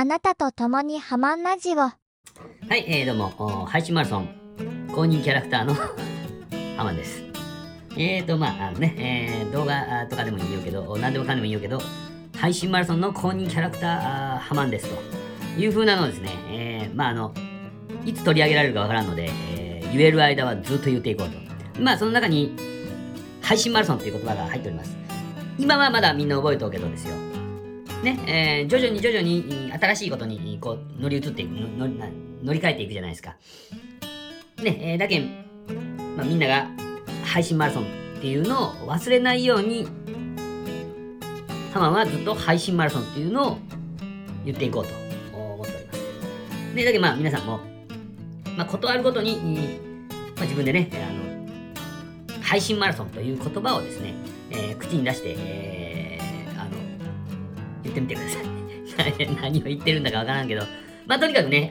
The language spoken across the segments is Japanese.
あなたと共にハマンラジオ。 はい、どうも、配信マラソン公認キャラクターのハマンです。動画とかでもいいよけど、何でもかんでもいいよけど、配信マラソンの公認キャラクターハマンですという風なのをですね、いつ取り上げられるかわからんので、言える間はずっと言っていこうと。その中に、配信マラソンっていう言葉が入っております。今はまだみんな覚えておけどですよ。ね、徐々に新しいことにこう乗り移っていく、乗り換えていくじゃないですか。ね、だけん、みんなが配信マラソンっていうのを忘れないように、ハマンはずっと配信マラソンっていうのを言っていこうと思っております。ね、だけど皆さんも、ことあるごとに、自分でね、配信マラソンという言葉をですね、口に出して、言ってみてください。何を言ってるんだかわからんけど、とにかくね、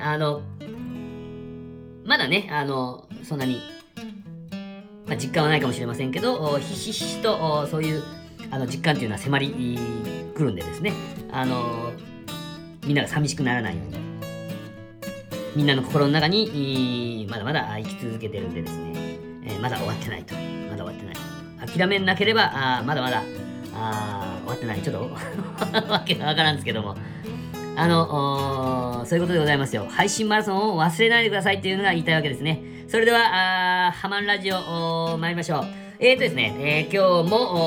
まだね、そんなに、実感はないかもしれませんけど、ひしひしと、そういう、実感っていうのは迫り来るんでですね、みんなが寂しくならないように、みんなの心の中に、まだまだ生き続けてるんでですね、まだ終わってないと。まだ終わってない。諦めなければ、まだまだ、終わってない。ちょっと、わけがわからんですけども。そういうことでございますよ。配信マラソンを忘れないでくださいっていうのが言いたいわけですね。それでは、ハマンラジオ、参りましょう。ですね、今日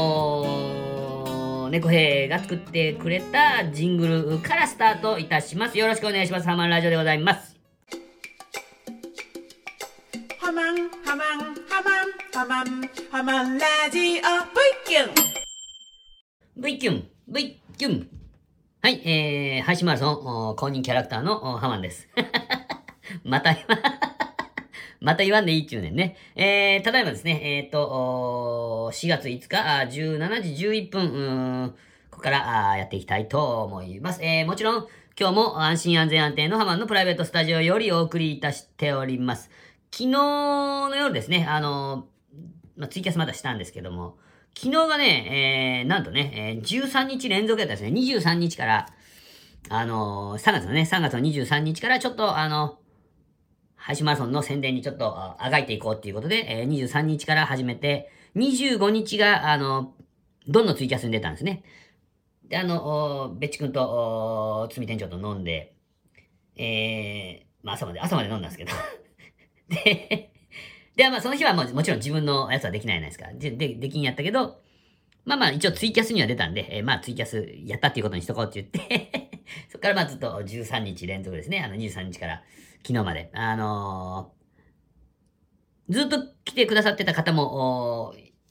も、猫兵が作ってくれたジングルからスタートいたします。よろしくお願いします。ハマンラジオでございます。 ハマンラジオ V キュン V キュン V キュン。はい、配信マラソン公認キャラクターのハマンです。また言わんでいいっちゅうねんね。ただいまですね、4月5日、17時11分、ここからやっていきたいと思います。もちろん、今日も安心安全安定のハマンのプライベートスタジオよりお送りいたしております。昨日の夜ですね、ツイキャスまだしたんですけども、昨日がね、なんとね、13日連続やったんですね。23日から、3月の23日からちょっと配信マラソンの宣伝にちょっとあがいていこうっていうことで、23日から始めて、25日が、どんどんツイキャスに出たんですね。で、べっちくんと、つみ店長と飲んで、朝まで飲んだんですけど。で、その日はもちろん自分のやつはできないじゃないですか。できんやったけど、一応ツイキャスには出たんで、ツイキャスやったっていうことにしとこうって言ってそっからずっと13日連続ですね。23日から昨日まで。ずっと来てくださってた方も、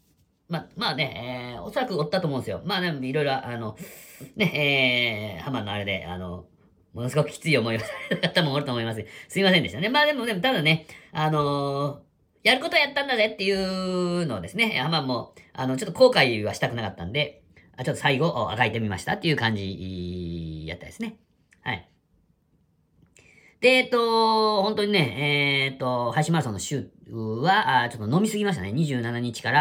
おそらくおったと思うんですよ。いろいろ、ハマンのあれで、ものすごくきつい思いをされた方もおると思います。すいませんでしたね。でも、ただね、やることやったんだぜっていうのをですね、ハマンも、ちょっと後悔はしたくなかったんで、ちょっと最後、あがいてみましたっていう感じ、やったですね。はい。で、本当にね、配信マラソンの週は、ちょっと飲みすぎましたね。27日から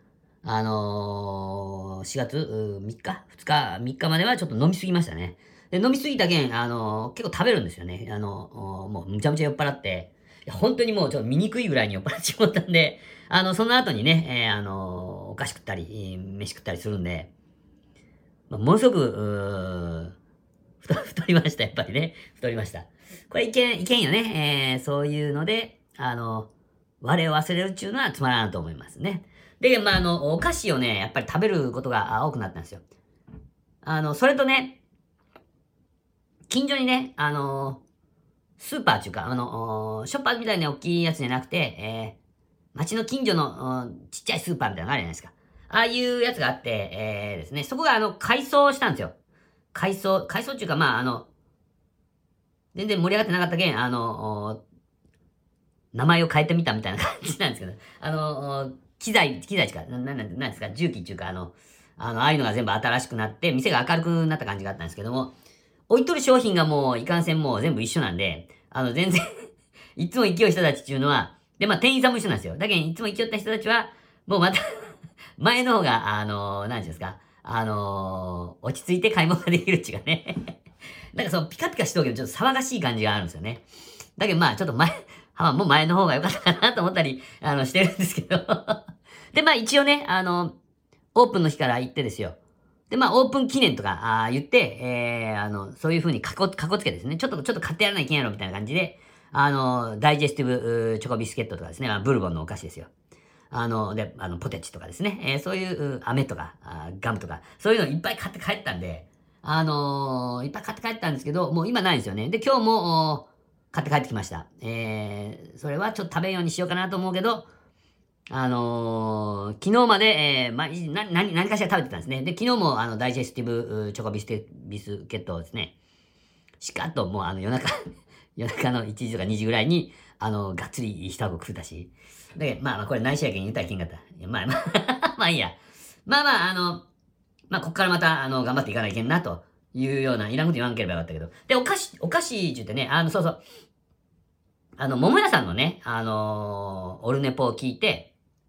、4月3日 ?2 日 ?3 日まではちょっと飲みすぎましたね。で、飲みすぎたけん、結構食べるんですよね。もうむちゃむちゃ酔っ払って、本当にもうちょっと醜いぐらいに酔っ払ってしまったんで、その後にね、お菓子食ったり、飯食ったりするんで、ものすごく、太りました、やっぱりね。太りました。これいけんよね。そういうので、我を忘れるっていうのはつまらんと思いますね。で、お菓子をね、やっぱり食べることが多くなったんですよ。それとね、近所にね、スーパーっていうか、ショッパーみたいな大きいやつじゃなくて、町の近所のちっちゃいスーパーみたいなのがあるじゃないですか。ああいうやつがあって、ですね、そこが改装したんですよ。改装っていうか、全然盛り上がってなかったけん、名前を変えてみたみたいな感じなんですけど、機材しか、なんですか、重機っていうか、ああいうのが全部新しくなって、店が明るくなった感じがあったんですけども、置いとる商品がもう、いかんせんもう全部一緒なんで、全然いつも行きよる人たちっていうのは、で、店員さんも一緒なんですよ。だけど、いつも行きよった人たちは、もうまた前の方が、なんていうんですか、落ち着いて買い物ができるっていうかねなんかそう、ピカピカしとうけど、ちょっと騒がしい感じがあるんですよね。だけどまあ、ちょっとハマンも前の方が良かったかなと思ったり、してるんですけど。で、まあ一応ね、オープンの日から行ってですよ。で、まあ、オープン記念とか、言って、そういう風にかこつけですね。ちょっと買ってやらないけんやろ、みたいな感じで、ダイジェスティブチョコビスケットとかですね、ブルボンのお菓子ですよ。で、ポテチとかですね、そういう飴とか、ガムとか、そういうのいっぱい買って帰ったんで、いっぱい買って帰ったんですけど、もう今ないんですよね。で、今日も、買って帰ってきました。それはちょっと食べんようにしようかなと思うけど、昨日まで、何かしら食べてたんですね。で、昨日も、ダイジェスティブチョコビスケットをですね、しかっともう夜中の1時とか2時ぐらいに、がっつり一箱食ったし。で、まあ、これ内緒やけん言ったらいけんかった。まあいいや。まあ、こっからまた、頑張っていかないけんな、というような、いらんこと言わんければよかったけど。で、お菓子って言ってね、そうそう。桃屋さんのね、オルネポを聞いて、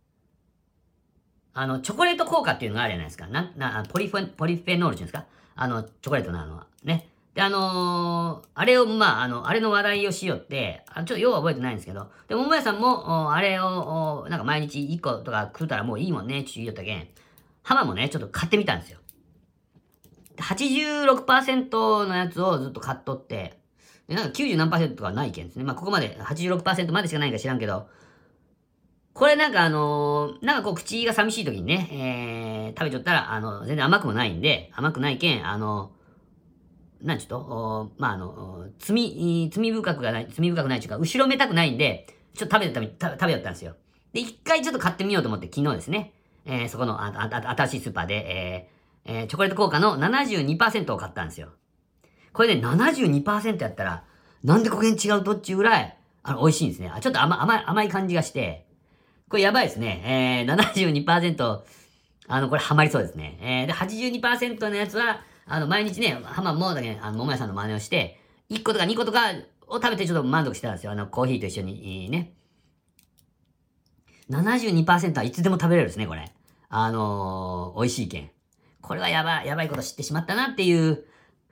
チョコレート効果っていうのがあるじゃないですか。ポリフェノールっていうんですか？チョコレートのね。で、あれを、あれの話題をしよって、ちょっとよう覚えてないんですけど、で、桃屋さんも、あれを、なんか毎日1個とか食うたらもういいもんね、って言いよったけん、ハマもね、ちょっと買ってみたんですよ。86% のやつをずっと買っとって、で、なんか90何%とかないけんですね。まあ、ここまで、86% までしかないか知らんけど、これなんかなんかこう口が寂しい時にね、食べちゃったら、全然甘くもないんで、甘くないけん、なんちゅうと、罪深くないっていうか、後ろめたくないんで、ちょっと食べよったんですよ。で、一回ちょっと買ってみようと思って昨日ですね、そこの新しいスーパーで、チョコレート効果の 72% を買ったんですよ。これね、72% やったら、なんでこげん違うとっちゅうぐらい、美味しいんですね。ちょっと甘い感じがして、これやばいですね。72%、これハマりそうですね。で、82% のやつは、毎日ね、ハマもだけ、桃屋さんの真似をして、1個とか2個とかを食べてちょっと満足してたんですよ。コーヒーと一緒に、ね。72% はいつでも食べれるですね、これ。美味しいけん。これはやばいこと知ってしまったなっていう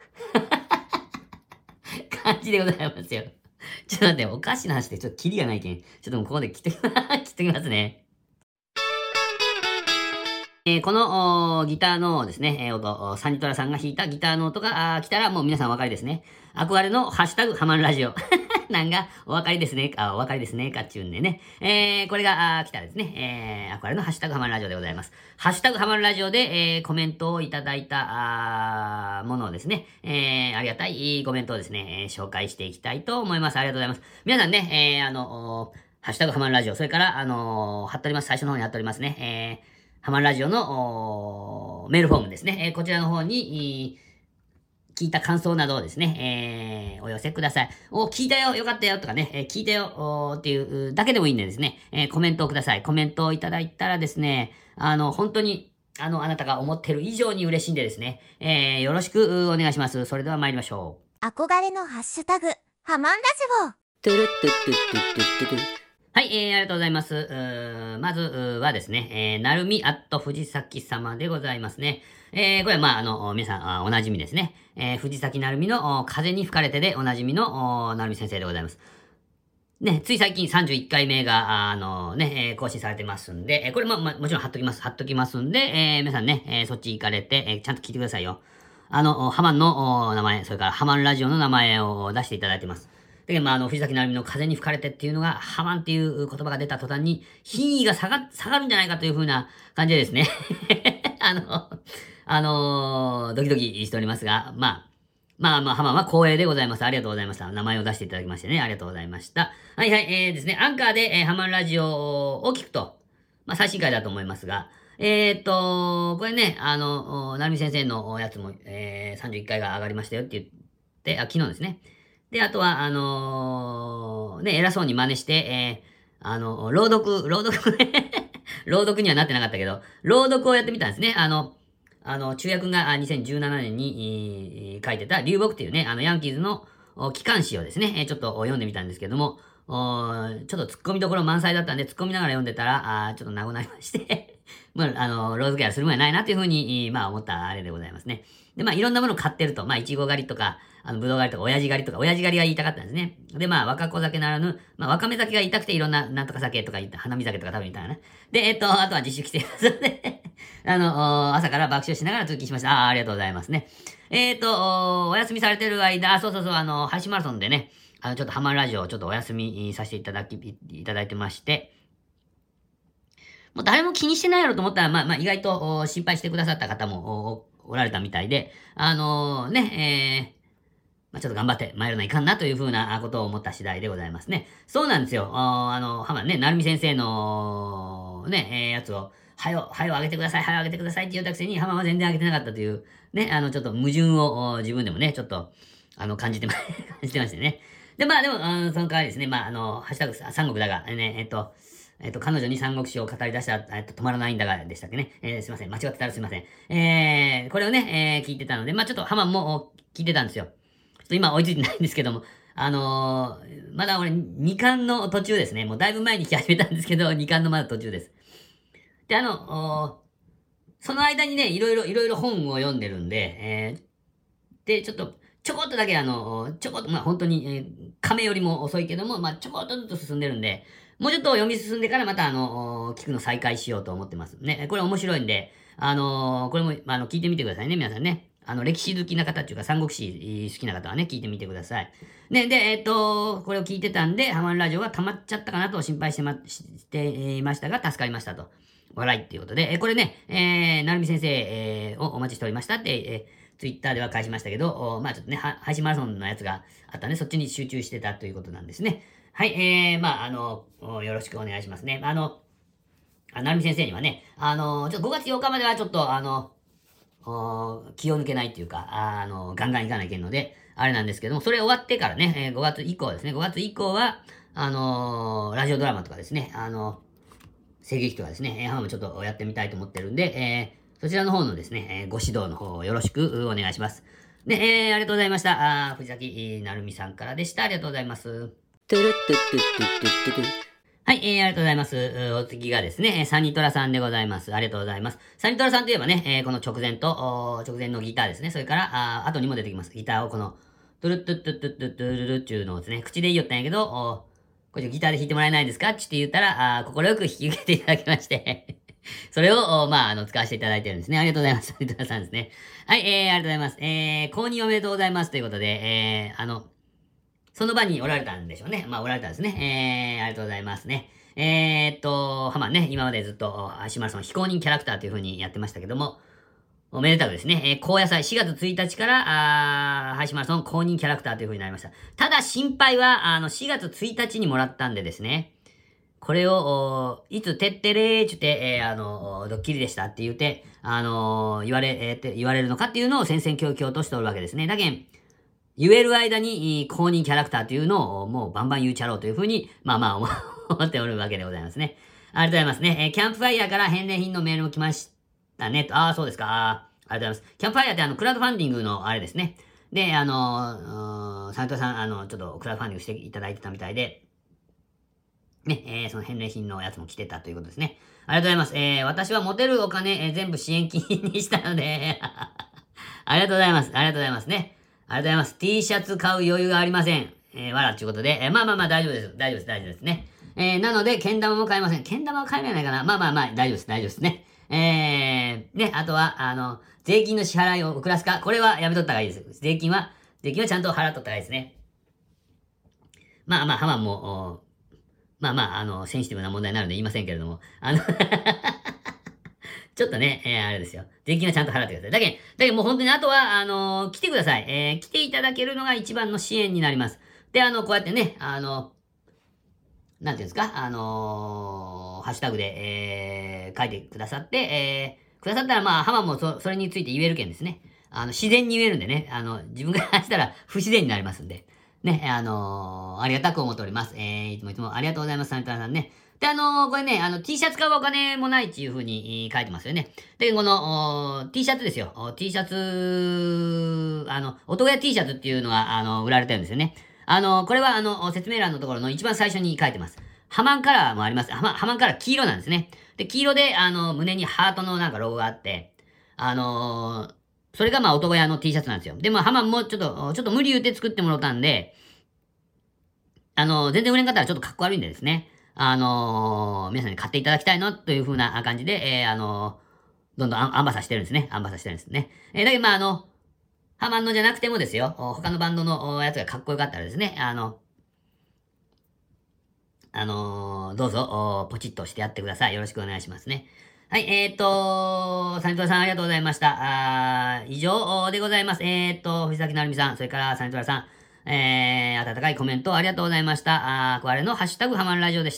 感じでございますよ。ちょっと待って、おかしな話でちょっとキリがないけん。ちょっともうここで切っときますね。このギターのですね、音、サニトラさんが弾いたギターの音が来たらもう皆さんお分かりですね。憧れのハッシュタグハマンラジオ。なんかお分かりですね。お分かりですね。かっちゅうんでね。これが来たらですね、憧れのハッシュタグハマンラジオでございます。ハッシュタグハマンラジオで、コメントをいただいたものをですね、ありがたいコメントをですね、紹介していきたいと思います。ありがとうございます。皆さんね、ハッシュタグハマンラジオ、それから、貼っております。最初の方に貼っておりますね。ハマンラジオのメールフォームですね。こちらの方に、聞いた感想などをですね、お寄せください。聞いたよ、よかったよとかね、聞いたよっていうだけでもいいんでですね、コメントをください。コメントをいただいたらですね、本当に、あなたが思ってる以上に嬉しいんでですね、よろしくお願いします。それでは参りましょう。 憧れのハッシュタグ、ハマンラジオ。 トゥルットゥットゥットゥットゥットゥットゥ。はい、ありがとうございます。まずはですね、なるみ藤崎様でございますね。これは皆さんお馴染みですね。藤崎なるみの風に吹かれてでお馴染みのなるみ先生でございます。ね、つい最近31回目が、更新されてますんで、これももちろん貼っときますんで、皆さんね、そっち行かれて、ちゃんと聞いてくださいよ。ハマンの名前、それからハマンラジオの名前を出していただいてます。で、藤崎なるみの風に吹かれてっていうのが、ハマンっていう言葉が出た途端に、品位が下がるんじゃないかという風な感じでですね。ドキドキしておりますが、ハマンは光栄でございます。ありがとうございました。名前を出していただきましてね、ありがとうございました。はい、ですね、アンカーで、ハマンラジオを聞くと、最新回だと思いますが、これね、なるみ先生のやつも、31回が上がりましたよって言って、昨日ですね。で、あとは、偉そうに真似して、朗読ね、朗読にはなってなかったけど、朗読をやってみたんですね。中也くんが2017年に、書いてた流木っていうね、ヤンキーズの機関誌をですね、ちょっと読んでみたんですけども、ちょっと突っ込みどころ満載だったんで、突っ込みながら読んでたら、ちょっとなくなりまして朗読やするもんやないなというふうに、思ったあれでございますね。で、いろんなものを買ってると、いちご狩りとか、 ぶどう狩りとか、親父狩りとか、親父狩りが言いたかったんですね。で、まあ、若子酒ならぬ、まあ、若め酒が言いたくていろんな、なんとか酒とか言った、花見酒とか食べみたいなね。で、あとは自主規制ですので、朝から爆笑しながら通勤しました。ありがとうございますね。お休みされてる間、そう、配信マラソンでね、ちょっとハマるラジオをちょっとお休みさせていただいてまして、もう誰も気にしてないやろと思ったら、まあ、意外と心配してくださった方もおられたみたいで、まあ、ちょっと頑張って参るのいかんなというふうなことを思った次第でございますね。そうなんですよ。浜ね、なるみ先生の、ね、やつを、はよ上げてください、はよ上げてくださいって言ったくせに、浜は全然上げてなかったという、ね、ちょっと矛盾を自分でもね、ちょっと、感じてましてね。で、まあでも、その代わりですね、まあ、ハッシュタグ三国だが、ね、彼女に三国志を語り出した、止まらないんだが、でしたっけね。すいません。間違ってたらすいません。これをね、聞いてたので、まあちょっとハマも聞いてたんですよ。ちょっと今追いついてないんですけども、まだ俺2巻の途中ですね。もうだいぶ前に聞き始めたんですけど、2巻のまだ途中です。で、その間にね、いろいろ本を読んでるんで、で、ちょこっとだけまあ本当に、亀よりも遅いけども、まあちょこっとずつ進んでるんで、もうちょっと読み進んでからまた聞くの再開しようと思ってます。ね、これ面白いんで、これも、聞いてみてくださいね、皆さんね。歴史好きな方っていうか、三国志好きな方はね、聞いてみてください。ね、で、これを聞いてたんで、ハマるラジオが溜まっちゃったかなと心配していましたが、助かりましたと。笑いっていうことで、これね、なるみ先生、をお待ちしておりましたって、ツイッターでは返しましたけど、まあちょっとね、配信マラソンのやつがあったんで、そっちに集中してたということなんですね。はい、まあよろしくお願いしますね。なるみ先生にはね、ちょっと5月8日まではちょっと、気を抜けないっていうか、ガンガン行かないけんので、あれなんですけども、それ終わってからね、5月以降ですね、5月以降は、ラジオドラマとかですね、声劇とかですね、もちょっとやってみたいと思ってるんで、そちらの方のですね、ご指導の方よろしくお願いします。で、ありがとうございました。藤崎なるみさんからでした。ありがとうございます。はい、ありがとうございます。お次がですね、サニトラさんでございます。ありがとうございます。サニトラさんといえばね、この直前のギターですね。それから、後にも出てきます。ギターをこの、トゥルットゥットゥットゥットゥットゥルルっていうのをですね、口で言いよったんやけど、これギターで弾いてもらえないですかって言ったら、快く引き受けていただきましてそれを、まあ、使わせていただいてるんですね。ありがとうございます。サニトラさんですね。はい、ありがとうございます。公認おめでとうございますということで、その場におられたんでしょうね。まあ、おられたんですね。ありがとうございますね。浜ね、今までずっと、足丸さん非公認キャラクターという風にやってましたけども、おめでたくですね、高野菜4月1日から、林丸さん公認キャラクターという風になりました。ただ心配は、4月1日にもらったんでですね、これを、いつてってれーちゅって、ドッキリでしたって言って、言われるのかっていうのを戦々恐々としておるわけですね。だけん、言える間に公認キャラクターというのをもうバンバン言うちゃろうというふうに、まあ思っておるわけでございますね。ありがとうございますね。キャンプファイヤーから返礼品のメールも来ましたね。そうですか。ありがとうございます。キャンプファイヤーってクラウドファンディングのあれですね。で、斉藤さん、ちょっとクラウドファンディングしていただいてたみたいで、ね、その返礼品のやつも来てたということですね。ありがとうございます。私は持てるお金、全部支援金にしたのでありがとうございます。ありがとうございますね。ありがとうございます。T シャツ買う余裕がありません。わらっていうことで、まあ、大丈夫です。大丈夫ですね。なので、けん玉も買えません。けん玉は買えないかな。まあ、大丈夫ですね。ね、あとは、税金の支払いを遅らすか。これはやめとった方がいいです。税金はちゃんと払っとった方がいいですね。まあ、ハマンも、センシティブな問題になるんで言いませんけれども、ちょっとね、あれですよ。税金はちゃんと払ってください。だけどもう本当にあとは、来てください。来ていただけるのが一番の支援になります。で、こうやってね、なんていうんですか、ハッシュタグで、書いてくださって、くださったらまあ、ハマもそれについて言えるけんですね。自然に言えるんでね、自分がしたら不自然になりますんで。ね、ありがたく思っております。いつもありがとうございます、サニタラさんね。で、これね、T シャツ買うお金もないっていう風に書いてますよね。で、この、T シャツですよ。T シャツ、音屋 T シャツっていうのが、売られてるんですよね。これは説明欄のところの一番最初に書いてます。ハマンカラーもあります。ハマンカラー黄色なんですね。で、黄色で、胸にハートのなんかロゴがあって、 それがまあ男屋の T シャツなんですよ。でもハマンもちょっと無理言うて作ってもらったんで、全然売れんかったらちょっとかっこ悪いんでですね。皆さんに買っていただきたいなという風な感じで、どんどんアンバサしてるんですね。アンバサしてるんですね。だけどまあハマンのじゃなくてもですよ、他のバンドのやつがかっこよかったらですね、どうぞ、ポチッとしてやってください。よろしくお願いしますね。はい、サニトラさんありがとうございました。以上でございます。藤崎成美さん、それからサニトラさん、温かいコメントありがとうございました。これのハッシュタグハマンラジオでした。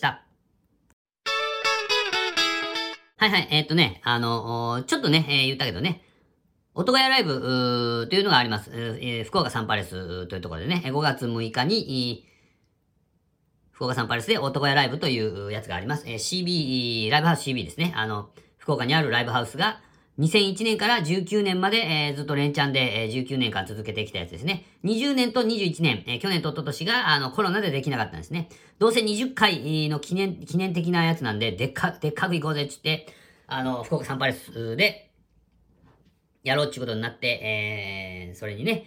はいはい、ちょっとね、言ったけどね、音ヶ谷ライブというのがあります。福岡サンパレスというところでね、5月6日に、福岡サンパレスで音ヶ谷ライブというやつがあります。CB、ライブハウス CB ですね。福岡にあるライブハウスが、2001年から19年まで、ずっと連チャンで、19年間続けてきたやつですね。20年と21年、去年と一昨年が、コロナでできなかったんですね。どうせ20回の記念的なやつなんで、でっかく行こうぜって言って、福岡サンパレスで、やろうっていうことになって、それにね、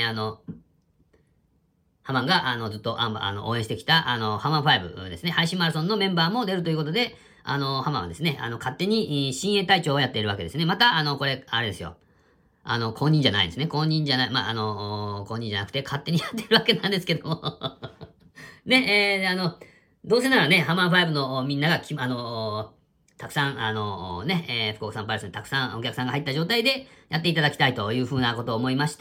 ハマンが、ずっと、応援してきた、ハマン5ですね、配信マラソンのメンバーも出るということで、ハマンはですね、勝手に、親衛隊長をやっているわけですね。また、これ、あれですよ。公認じゃないんですね。公認じゃない、まあ、公認じゃなくて、勝手にやってるわけなんですけども。ね、どうせならね、ハマン5のみんながたくさん、福岡サンパレスにたくさんお客さんが入った状態でやっていただきたいというふうなことを思いまして、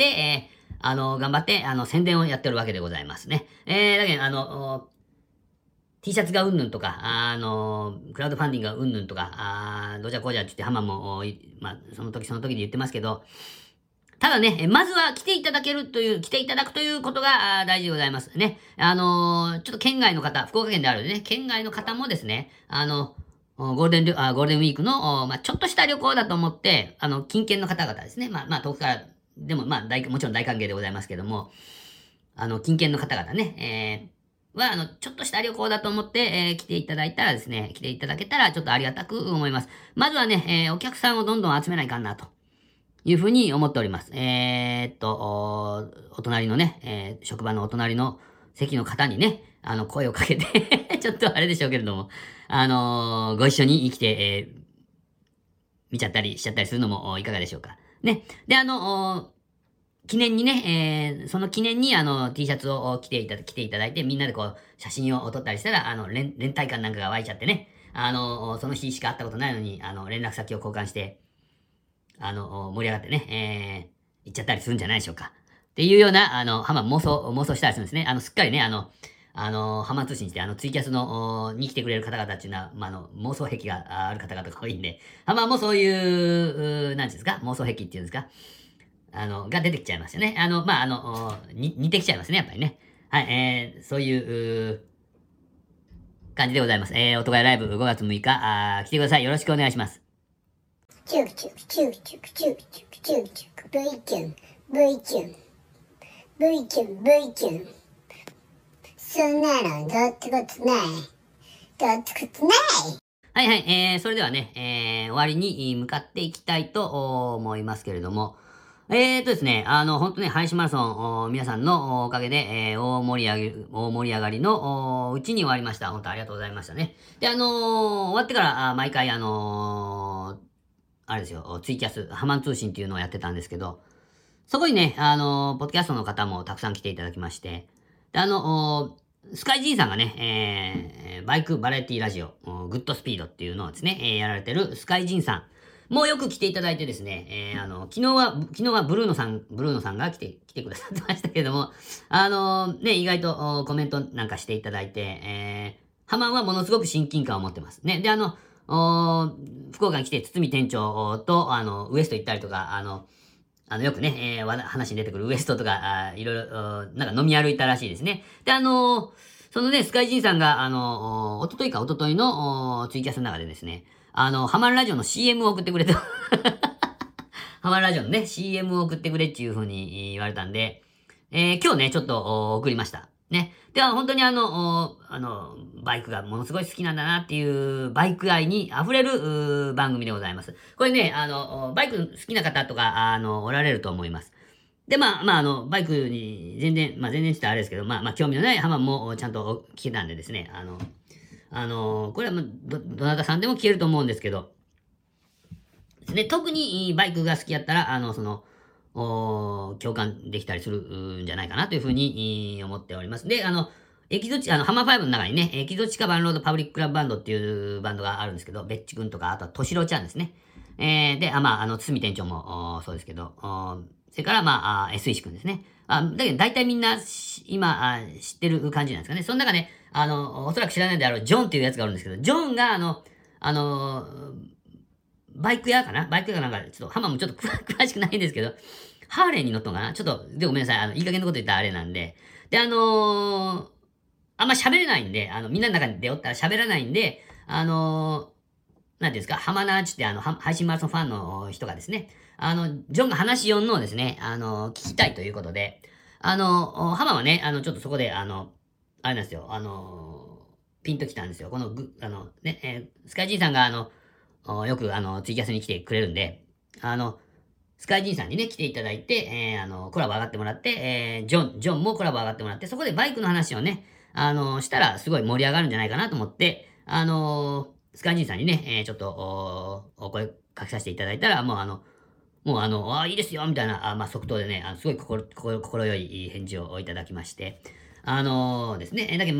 頑張って、宣伝をやってるわけでございますね。だけど、T シャツがうんぬんとか、クラウドファンディングがうんぬんとか、どうじゃこうじゃって言ってハマンも、まあ、その時で言ってますけど、ただね、まずは来ていただくということが大事でございますね。ちょっと県外の方、福岡県であるね、県外の方もですね、ゴールデンウィークの、まあ、ちょっとした旅行だと思って、近県の方々ですね。まあ、遠くから、でも、まあ、もちろん大歓迎でございますけども、近県の方々ね、ちょっとした旅行だと思って、来ていただけたら、ちょっとありがたく思います。まずはね、お客さんをどんどん集めないかんな、というふうに思っております。お隣のね、職場のお隣の席の方にね、声をかけてちょっとあれでしょうけれども、ご一緒に生きて、見ちゃったりしちゃったりするのもいかがでしょうか。ね。で、記念にね、その記念にT シャツを着ていただいて、みんなでこう、写真を撮ったりしたら、連帯感なんかが湧いちゃってね、その日しか会ったことないのに、連絡先を交換して、盛り上がってね、行っちゃったりするんじゃないでしょうか。っていうような、ハマン妄想したりするんですね。すっかりね、ハマン通信して、ツイキャスの、に来てくれる方々っていうのは、まあ、妄想癖がある方々が多いんで、ハマンもそういう、なんていうんですか、妄想癖っていうんですか、が出てきちゃいますよね。まあ、似てきちゃいますね、やっぱりね。はい、そういう、感じでございます。音ヶ谷ライブ5月6日、来てください。よろしくお願いします。 チュクチュクチュクチュクチュクチュクチュクチュク V キュン V キュン V キュン V キュンそんなのどうってことないどうってことないはいはい、それではね、終わりに向かっていきたいと思いますけれども、ですね、ほんとね、配信マラソン、皆さんのおかげで、大盛り上がりのうちに終わりました。本当ありがとうございましたね。で、終わってから、毎回、あれですよ、ツイキャス、ハマン通信っていうのをやってたんですけど、そこにね、ポッドキャストの方もたくさん来ていただきまして、で、スカイジーさんがね、バイクバラエティラジオ、グッドスピードっていうのをですね、やられてるスカイジンさん。もうよく来ていただいてですね、昨日はブルーノさんが来てくださってましたけども、ね、意外とコメントなんかしていただいて、ハマンはものすごく親近感を持ってます。ね、で、福岡に来て堤店長と、ウエスト行ったりとか、よくね、話に出てくるウエストとか、いろいろ、なんか飲み歩いたらしいですね。で、そのね、スカイジンさんが、おとといのツイキャスの中でですね、ハマンラジオの CM を送ってくれと。ハマンラジオのね、CM を送ってくれっていう風に言われたんで、今日ね、ちょっと送りました。 ね。では、本当にバイクがものすごい好きなんだなっていうバイク愛に溢れる番組でございます。これね、バイク好きな方とか、おられると思います。で、バイクに全然ちょっとあれですけど、興味のないハマンもちゃんと聞けたんでですね、これはどなたさんでも聞けると思うんですけど、ですね、特にバイクが好きやったら、共感できたりするんじゃないかなというふうに思っております。で、エキゾチ、ハマ5の中にね、エキゾチカバンロードパブリッククラブバンドっていうバンドがあるんですけど、ベッチ君とか、あとはトシロちゃんですね。で、堤店長もそうですけど、それから、S 石君ですね。だけど大体みんな今知ってる感じなんですかね。その中で、おそらく知らないであろうジョンっていうやつがあるんですけど、ジョンがバイク屋かなんか、ちょっと、ハマもちょっと詳しくないんですけど、ハーレーに乗ったのかなちょっと、でごめんなさい。いい加減なこと言ったらあれなんで。で、あんま喋れないんで、みんなの中に出おったら喋らないんで、なんていうんですか、ハマナーチって配信マラソンファンの人がですね、ジョンが話しよんのをですね、聞きたいということで、ハマはね、ちょっとそこで、あれなんですよ、ピンときたんですよ。このスカイジンさんがよくツイキャスに来てくれるんで、スカイジンさんにね、来ていただいて、コラボ上がってもらって、ジョンもコラボ上がってもらって、そこでバイクの話をね、したらすごい盛り上がるんじゃないかなと思って、スカイジンさんにね、ちょっと、お声かけさせていただいたら、いいですよみたいな、即答でね、すごい心よい返事をいただきまして、ですね、だけど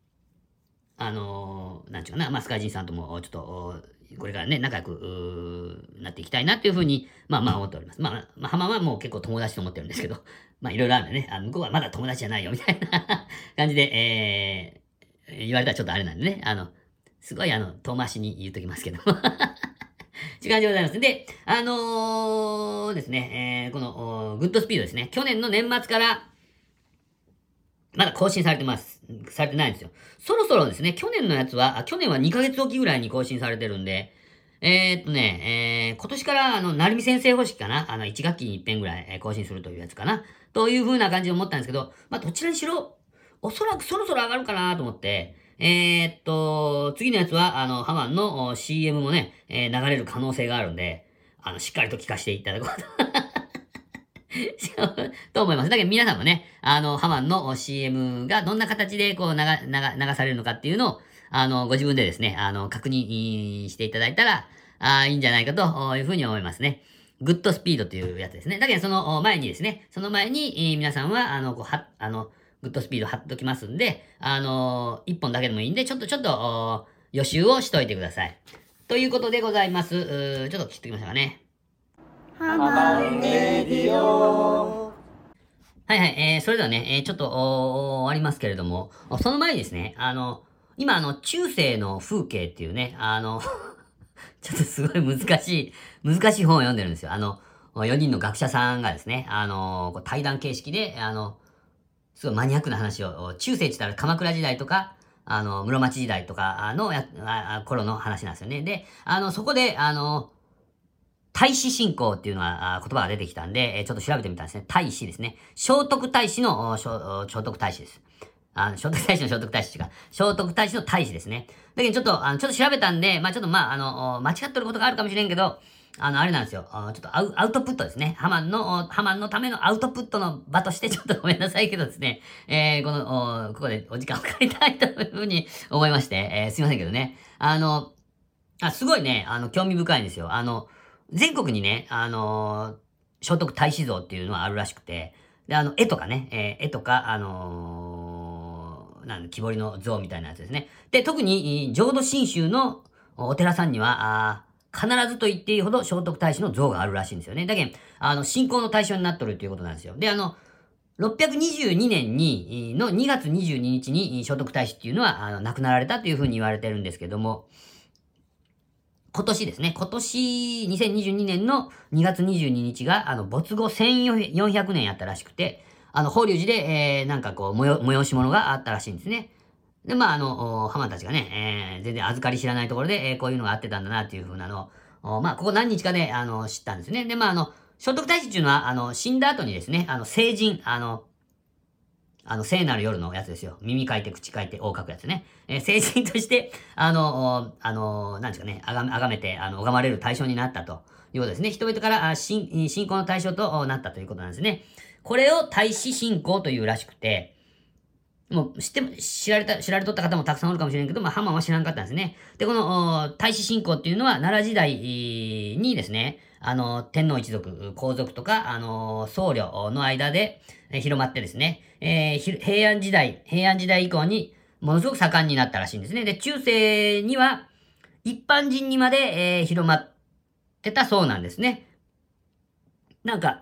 なんちゅうかな、スカイジンさんとも、ちょっと、これからね、仲良く、なっていきたいなっていうふうに、思っております。ハマはもう結構友達と思ってるんですけど、いろいろあるんでね、向こうはまだ友達じゃないよ、みたいな感じで、言われたらちょっとあれなんでね、すごい遠回しに言うときますけども時間でございます。で、ですね、この、グッドスピードですね。去年の年末から、まだ更新されてないんですよ。そろそろですね、去年は2ヶ月おきぐらいに更新されてるんで、今年からなるみ先生方式かな1学期に一遍ぐらい更新するというやつかなという風な感じで思ったんですけど、どちらにしろ、おそらくそろそろ上がるかなと思って、次のやつは、ハマンの CM もね、流れる可能性があるんで、しっかりと聞かせていただこうとと思います。だけど皆さんもね、ハマンの CM がどんな形でこう流されるのかっていうのを、ご自分でですね、確認していただいたら、いいんじゃないかというふうに思いますね。グッドスピードというやつですね。だけどその前に、皆さんは、グッドスピード貼っときますんで、一本だけでもいいんで、ちょっと、予習をしといてください。ということでございます。ちょっと切っておきましょうかね。 ハマンレディオ。 はい、それではね、ちょっと終わりますけれども、その前にですね、今中世の風景っていうね、ちょっとすごい難しい本を読んでるんですよ。4人の学者さんがですね、対談形式で、すごいマニアックな話を、中世って言ったら鎌倉時代とか、室町時代とかの頃の話なんですよね。で、そこで、太子信仰っていうのは言葉が出てきたんで、ちょっと調べてみたんですね。太子ですね。聖徳太子の聖徳太子です。聖徳太子の聖徳太子というか、聖徳太子の太子ですね。だけどちょっと調べたんで、間違ってることがあるかもしれんけど、あれなんですよ。ちょっとアウトプットですね。ハマンのためのアウトプットの場としてちょっとごめんなさいけどですね。ここでお時間を借りたいというふうに思いまして、すいませんけどね。すごいね、興味深いんですよ。全国にね、聖徳太子像っていうのはあるらしくて、で、絵とか、木彫りの像みたいなやつですね。で、特に、浄土真宗のお寺さんには、必ずと言っていいほど聖徳太子の像があるらしいんですよね。だけど、信仰の対象になっとるということなんですよ。で、622年の2月22日に聖徳太子っていうのは、亡くなられたというふうに言われてるんですけども、今年ですね。今年、2022年の2月22日が、没後1400年やったらしくて、法隆寺で、催し物があったらしいんですね。で、ハマンたちがね、全然預かり知らないところで、こういうのがあってたんだな、っていう風なのを、ここ何日かで、知ったんですね。で、聖徳太子っていうのは、死んだ後にですね、成人、 聖なる夜のやつですよ。耳書いて、口書いて、王書くやつね。聖人として、なんですかね、崇めて、拝まれる対象になったということですね。人々から信仰の対象となったということなんですね。これを大使信仰というらしくて、もう知られとった方もたくさんおるかもしれんけど、ハマンは知らんかったんですね。で、この、大使信仰っていうのは、奈良時代にですね、天皇一族、皇族とか、僧侶の間で広まってですね、平安時代以降に、ものすごく盛んになったらしいんですね。で、中世には、一般人にまで、広まってたそうなんですね。なんか、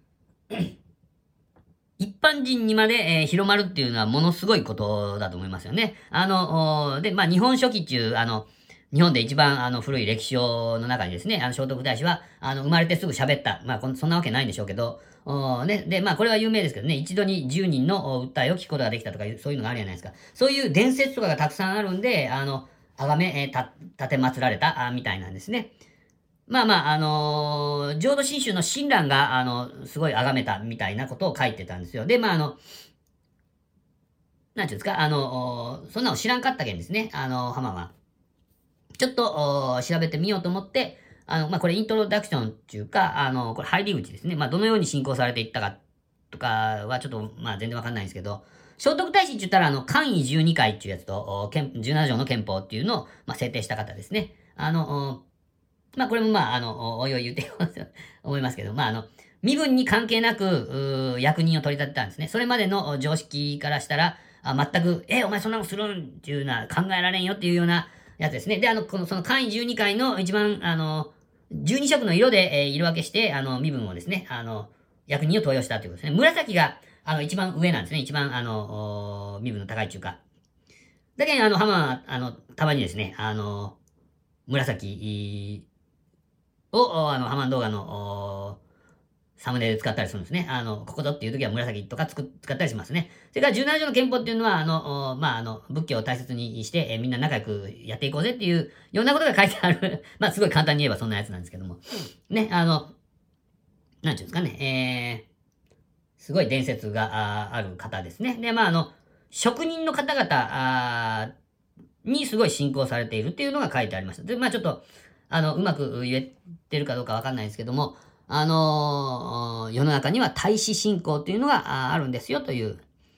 一般人にまで、広まるっていうのはものすごいことだと思いますよね。で、日本書紀中、日本で一番古い歴史書の中にですね、聖徳太子は、生まれてすぐ喋った。そんなわけないんでしょうけど、ね、で、これは有名ですけどね、一度に10人の訴えを聞くことができたとかそういうのがあるじゃないですか。そういう伝説とかがたくさんあるんで、崇め、立て祀られた、みたいなんですね。浄土真宗の親鸞が、すごい崇めたみたいなことを書いてたんですよ。で、なんていうんですか、そんなの知らんかったけんですね、浜は。ちょっと、調べてみようと思って、これイントロダクションっていうか、これ入り口ですね。どのように進行されていったかとかはちょっと、全然わかんないんですけど、聖徳太子って言ったら、簡位12回っていうやつと、17条の憲法っていうのを、制定した方ですね。これもおいおい言っていこうと思いますけど、身分に関係なく、役人を取り立てたんですね。それまでの常識からしたら、全く、お前そんなのするんっていうのは考えられんよっていうようなやつですね。で、その簡位12回の一番、12色の色で、色分けして、身分をですね、役人を登用したということですね。紫が、一番上なんですね。一番、身分の高い中華。だけど、浜は、たまにですね、紫を、ハマン動画の、サムネで使ったりするんですね。ここぞっていう時は紫とか使ったりしますね。それから17条の憲法っていうのは、仏教を大切にして、みんな仲良くやっていこうぜっていう、ようなことが書いてある。すごい簡単に言えばそんなやつなんですけども。ね、なんていうんですかね、すごい伝説がある方ですね。で、職人の方々にすごい信仰されているっていうのが書いてありました。で、ちょっと、うまく言えてるかどうかわかんないですけども、世の中には大使信仰っていうのがあるんですよという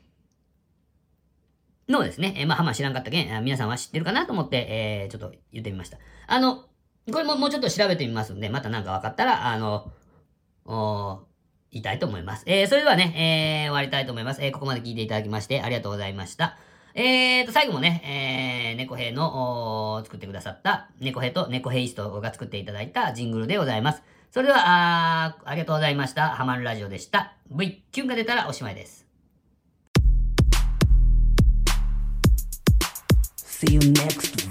のをですね、浜知らんかったけん、皆さんは知ってるかなと思って、ちょっと言ってみました。これももうちょっと調べてみますんで、また何かわかったら、言いたいと思います。それではね、終わりたいと思います。ここまで聞いていただきましてありがとうございました。最後もね、猫兵の作ってくださった猫兵と猫兵イストが作っていただいたジングルでございます。それでは、ありがとうございました。ハマるラジオでした。V キュンが出たらおしまいです。See you next